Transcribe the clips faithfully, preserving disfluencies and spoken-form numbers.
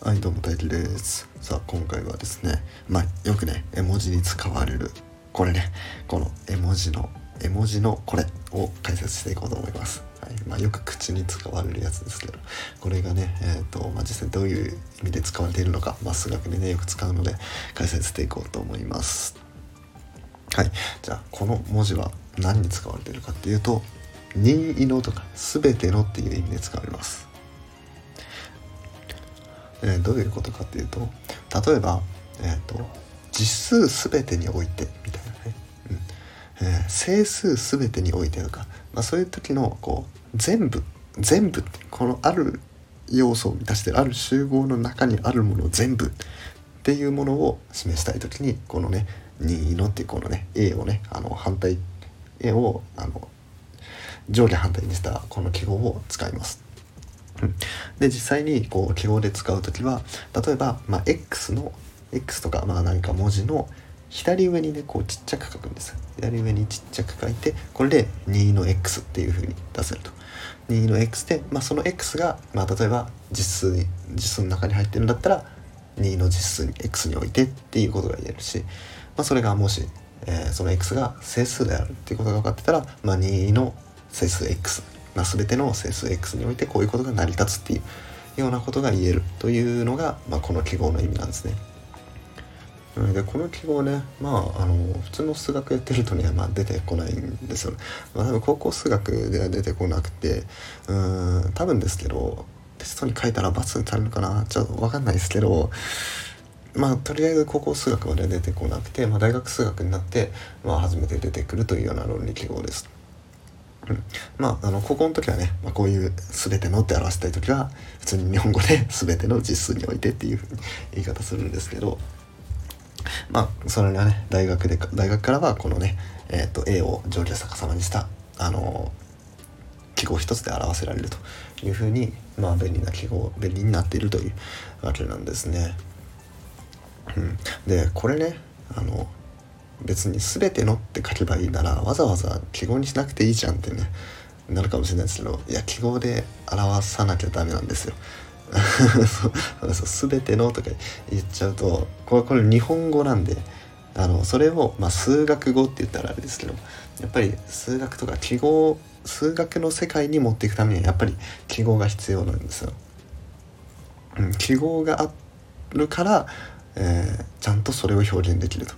はい、どうも大輝です。さあ今回はですね、まあよくね絵文字に使われるこれねこの絵文字の絵文字のこれを解説していこうと思います。はい、まあよく口に使われるやつですけど、これがねえっ、ー、とまあ実際どういう意味で使われているのか、まあ数学でねよく使うので解説していこうと思います。はい、じゃあこの文字は何に使われているかっていうと、任意のとか全てのっていう意味で使われます。えー、どういうことかっていうと、例えば、えーと、実数すべてにおいてみたいなね、うんえー、整数すべてにおいてとか、まあ、そういう時のこう全部全部このある要素を満たしているある集合の中にあるもの全部っていうものを示したい時にこのね任意のっていうこのね A をねあの反対 A をあの上下反対にしたこの記号を使います。で実際にこう記号で使うときは、例えば、まあ、X の X とか、まあ、何か文字の左上にねこうちっちゃく書くんです。左上にちっちゃく書いて、これでにの X っていう風に出せると。にの X で、まあ、その X が、まあ、例えば実数に実数の中に入ってるんだったらにの実数に X においてっていうことが言えるし、まあ、それがもし、えー、その X が整数であるっていうことが分かってたら、まあ、にの整数 X、まあ、全ての整数 X においてこういうことが成り立つっていうようなことが言えるというのが、まあ、この記号の意味なんですね。でこの記号ね、まああの普通の数学やってるとね、まあ、出てこないんですよね。まあ、多分高校数学では出てこなくて、うーん多分ですけどテストに書いたら罰にされるのかな、ちょっと分かんないですけど、まあとりあえず高校数学までは出てこなくて、まあ、大学数学になって、まあ、初めて出てくるというような論理記号です。うん、まああの高校の時はね、まあ、こういう全てのって表したい時は普通に日本語で全ての実数においてっていう言い方するんですけど、まあそれはね大学で大学からはこのね、えー、と A を上下逆さまにしたあの記号一つで表せられるというふうに、まあ便利な記号便利になっているというわけなんですね。うん、でこれねあの別に全てのって書けばいいならわざわざ記号にしなくていいじゃんってねなるかもしれないですけど、いや記号で表さなきゃダメなんですよ。そうそう全てのとか言っちゃうとこれこれ日本語なんで、あのそれを、まあ、数学語って言ったらあれですけど、やっぱり数学とか記号数学の世界に持っていくためにはやっぱり記号が必要なんですよ。うん、記号があるから、えー、ちゃんとそれを表現できると。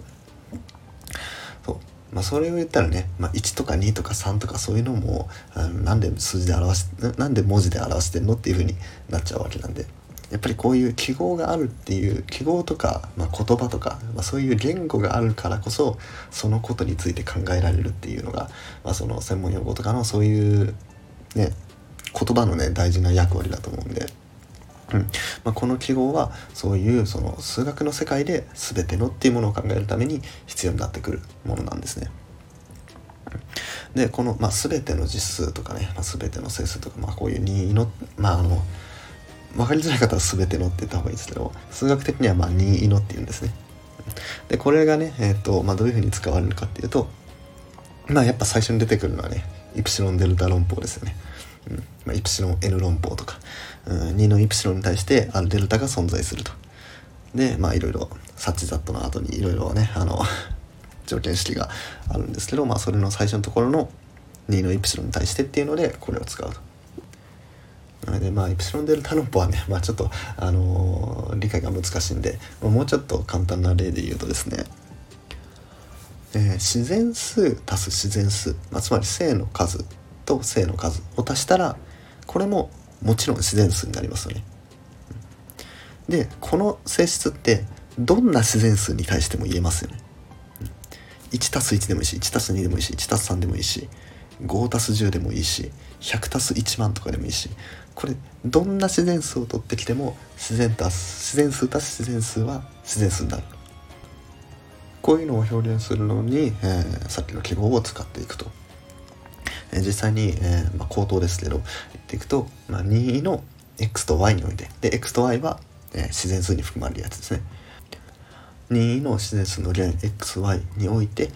そうまあ、それを言ったらね、まあ、いちとかにとかさんとかそういうのもあのなんで数字で表しなんで文字で表してんのっていう風になっちゃうわけなんで、やっぱりこういう記号があるっていう記号とか、まあ、言葉とか、まあ、そういう言語があるからこそそのことについて考えられるっていうのが、まあ、その専門用語とかのそういうね言葉のね大事な役割だと思うんで、うんまあ、この記号はそういうその数学の世界で全てのっていうものを考えるために必要になってくるものなんですね。でこの、まあ、全ての実数とかね、まあ、全ての整数とか、まあ、こういう任意のまああの分かりづらい方は全てのって言った方がいいですけど、数学的にはまあ任意のっていうんですね。でこれがね、えーとまあ、どういうふうに使われるかっていうと、まあやっぱ最初に出てくるのはねイプシロンデルタ論法ですよね。うんまあ、イプシロン N 論法とか、うん、にのイプシロンに対してあるデルタが存在すると。でまあいろいろサッチザットの後にいろいろねあの条件式があるんですけど、まあそれの最初のところのにのイプシロンに対してっていうのでこれを使うと。なのでまあイプシロンデルタ論法はね、まあ、ちょっと、あのー、理解が難しいんでもうちょっと簡単な例で言うとですね、えー、自然数足す自然数、まあ、つまり正の数と正の数を足したらこれももちろん自然数になりますよね。でこの性質ってどんな自然数に対しても言えますよね。いちたすいちでもいいし いちたすに でもいいし いちたすさん でもいいし ごたすじゅう でもいいし ひゃくたすいちまんとかでもいいし、これどんな自然数を取ってきても自然足す自然数足す自然数は自然数になる。こういうのを表現するのに、えー、さっきの記号を使っていくと、えー、実際に、えーまあ、口頭ですけど言っていくと、まあ、にの X と Y においてで X と Y は、えー、自然数に含まれるやつですね。にの自然数の弦 エックスワイ において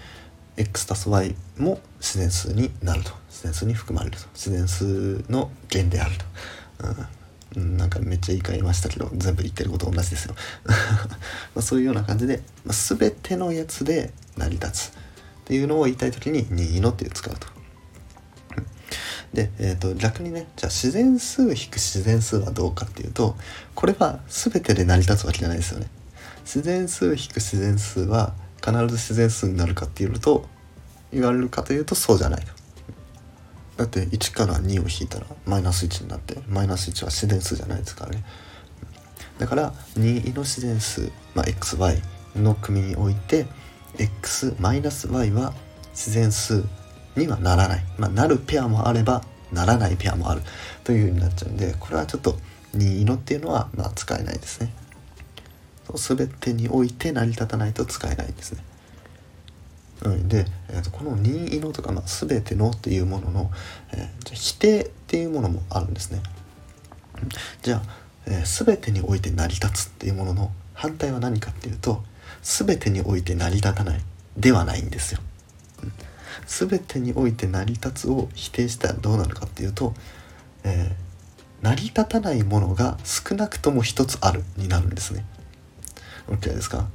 x たす y も自然数になると、自然数に含まれると、自然数の弦であると、うん、 うん、なんかめっちゃ言い換えましたけど全部言ってること同じですよまあそういうような感じで、まあ、全てのやつで成り立つっていうのを言いたいときに任意のっていう使うと。で、えー、と逆にね、じゃあ自然数引く自然数はどうかっていうと、これは全てで成り立つわけじゃないですよね。自然数引く自然数は必ず自然数になるかっていうと言われるかというとそうじゃないと。だっていちからにを引いたらマイナスいちになって、マイナスいちは自然数じゃないですからね。だから任意の自然数、まあ、エックスワイ の組において x マイナス y は自然数にはならない、まあ、なるペアもあればならないペアもあるという風になっちゃうんで、これはちょっと任意のっていうのはまあ使えないですね。全てにおいて成り立たないと使えないんですね。うん、で、えー、とこの任意のとか、まあ、全てのっていうものの、えー、否定っていうものもあるんですね。じゃあ、えー、全てにおいて成り立つっていうものの反対は何かっていうと、全てにおいて成り立たないではないんですよ。全てにおいて成り立つを否定したらどうなるかっていうと、えー、成り立たないものが少なくとも一つあるになるんですね。 OK ですか？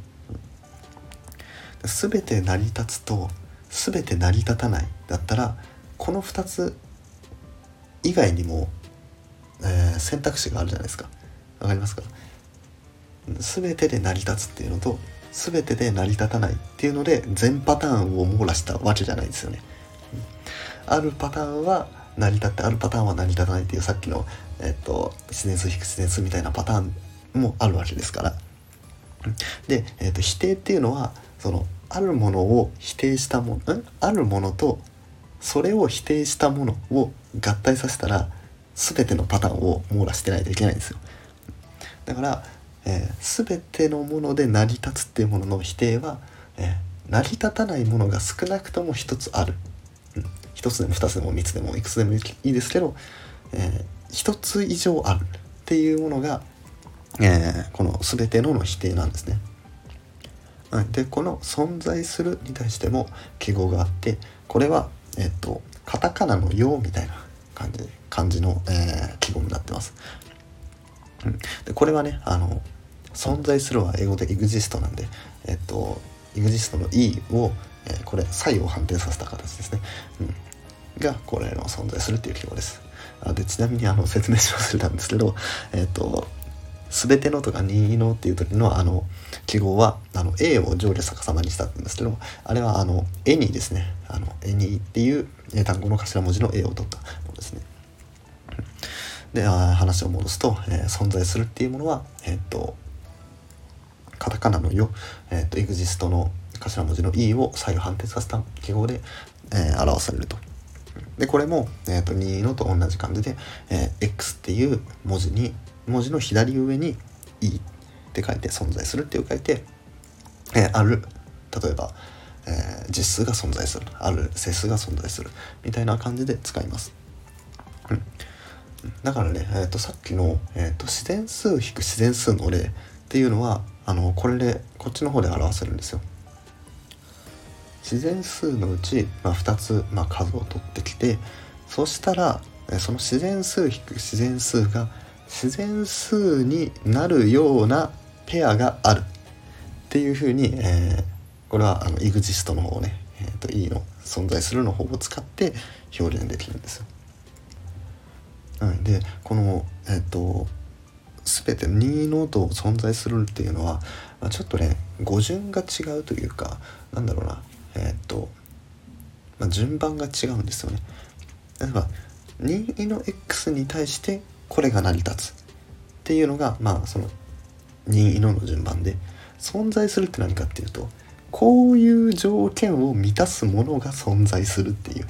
全て成り立つと全て成り立たないだったら、このふたつ以外にも、えー、選択肢があるじゃないですか。わかりますか？全てで成り立つっていうのと全てで成り立たないっていうので全パターンを網羅したわけじゃないですよね。あるパターンは成り立ってあるパターンは成り立たないっていう、さっきの、えっと、自然数引く自然数みたいなパターンもあるわけですから。で、えっと、否定っていうのはそのあるものを否定したもの、んあるものとそれを否定したものを合体させたら全てのパターンを網羅してないといけないんですよ。だから、えー、全てのもので成り立つっていうものの否定は、えー、成り立たないものが少なくとも一つある、うん、一つでも二つでも三つでもいくつでもいいですけど、えー、一つ以上あるっていうものが、えー、この全てのの否定なんですね。でこの存在するに対しても記号があって、これは、えっと、カタカナのよみたいな感じ感じの、えー、記号になってます。うん、でこれはね、あの存在するは英語で exist なんで、えっと exist の e を、えー、これ差異を反転させた形ですね、うん、がこれの存在するっていう記号です。あでちなみにあの説明し忘れたんですけど、えっと全てのとか任意のっていう時のあの記号はあの A を上下逆さまにしたんですけど、あれはあのエニーですね。あのエニーっていう単語の頭文字の A を取ったものですね。で話を戻すと、えー、存在するっていうものは、えー、っとカタカナのよ、えー、っと exist の頭文字の E を左右反転させた記号で、えー、表されると。でこれも、えー、っと任意のと同じ感じで、えー、X っていう文字に文字の左上に E って書いて存在するっていう書いて、えー、ある例えば、えー、実数が存在する、ある整数が存在するみたいな感じで使います。うん、だからね、えー、とさっきの、えー、と自然数引く自然数の例っていうのはあのこれでこっちの方で表せるんですよ。自然数のうち、まあ、ふたつ、まあ、数を取ってきて、そしたらその自然数引く自然数が自然数になるようなペアがあるっていう風に、えー、これはあの exist の方ね、えー、と E の存在するの方を使って表現できるんですよ。うん、でこのえっ、ー、と全て任意のと存在するっていうのは、まあ、ちょっとね語順が違うというか、なんだろうな、えっ、ー、と、まあ、順番が違うんですよね。例えば任意の X に対してこれが成り立つっていうのが、まあその任意のの順番で、存在するって何かっていうと、こういう条件を満たすものが存在するっていう、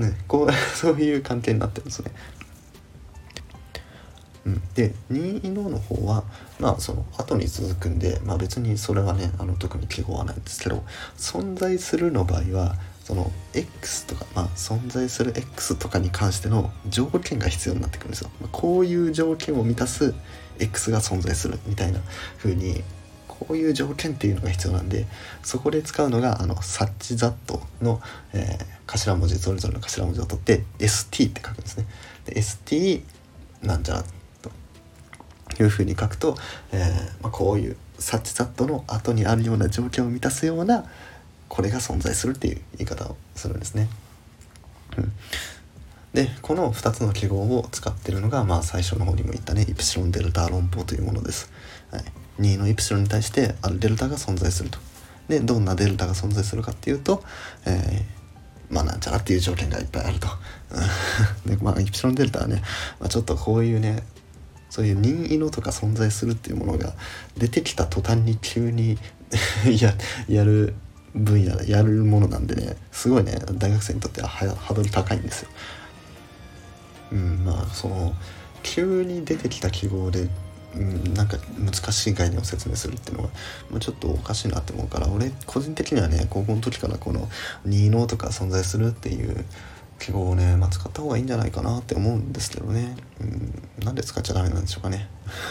ね、こうそういう関係になってるんですね。うん、で任意のの方はまあその後に続くんで、まあ別にそれはねあの特に記号はないんですけど、存在するの場合はその X とか、まあ、存在する X とかに関しての条件が必要になってくるんですよ。こういう条件を満たす X が存在するみたいな風に、こういう条件っていうのが必要なんで、そこで使うのがあの such that の、えー、頭文字、それぞれの頭文字を取って エスティー って書くんですね。で エスティー なんちゃらというふうに書くと、えーまあ、こういうサッチザットの後にあるような条件を満たすようなこれが存在するっていう言い方をするんですね。うん、でこのふたつの記号を使っているのが、まあ、最初の方にも言ったねイプシロンデルタ論法というものです。はい、にのイプシロンに対してあるデルタが存在すると。でどんなデルタが存在するかっていうと、えー、まあなんちゃらっていう条件がいっぱいあると。でまあイプシロンデルタはね、まあ、ちょっとこういうねそういう任意のとか存在するっていうものが出てきた途端に急にや, やる分野やるものなんでね、すごいね大学生にとってはハードル高いんですよ。うん、まあその急に出てきた記号で、うん、なんか難しい概念を説明するっていうのは、まあ、ちょっとおかしいなって思うから、俺個人的にはね高校の時からこの任のとか存在するっていう記号をね、まあ、使った方がいいんじゃないかなって思うんですけどね。うん、なんで使っちゃダメなんでしょうかね。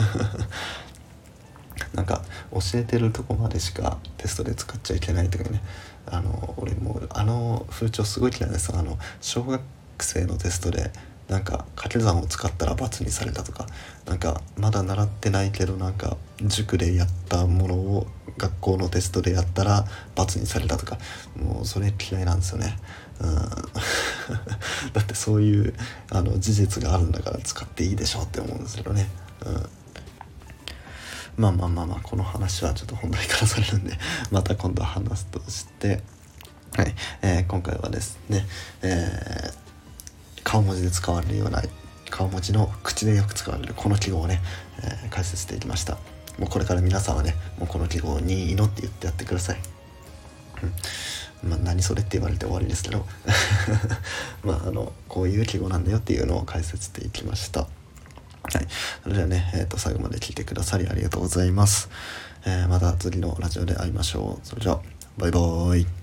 なんか教えてるとこまでしかテストで使っちゃいけないとかね、あの俺もうあの風潮すごい嫌いです。あの小学生のテストでなんか掛け算を使ったら罰にされたとか、なんかまだ習ってないけどなんか塾でやったものを学校のテストでやったら罰にされたとか、もうそれ嫌いなんですよね。うんだってそういうあの事実があるんだから使っていいでしょうって思うんですけどね。うん、まあまあまあまあこの話はちょっと本題からされるんでまた今度話すとして、はい、えー、今回はですね、えー顔文字で使われるような顔文字の口でよく使われるこの記号をね、えー、解説していきました。もうこれから皆さんはねもうこの記号にいのって言ってやってください。うん、まあ何それって言われて終わりですけどまああのこういう記号なんだよっていうのを解説していきました。はい、それではね、えーと、最後まで聞いてくださりありがとうございます。えー、また次のラジオで会いましょう。それじゃあバイバーイ。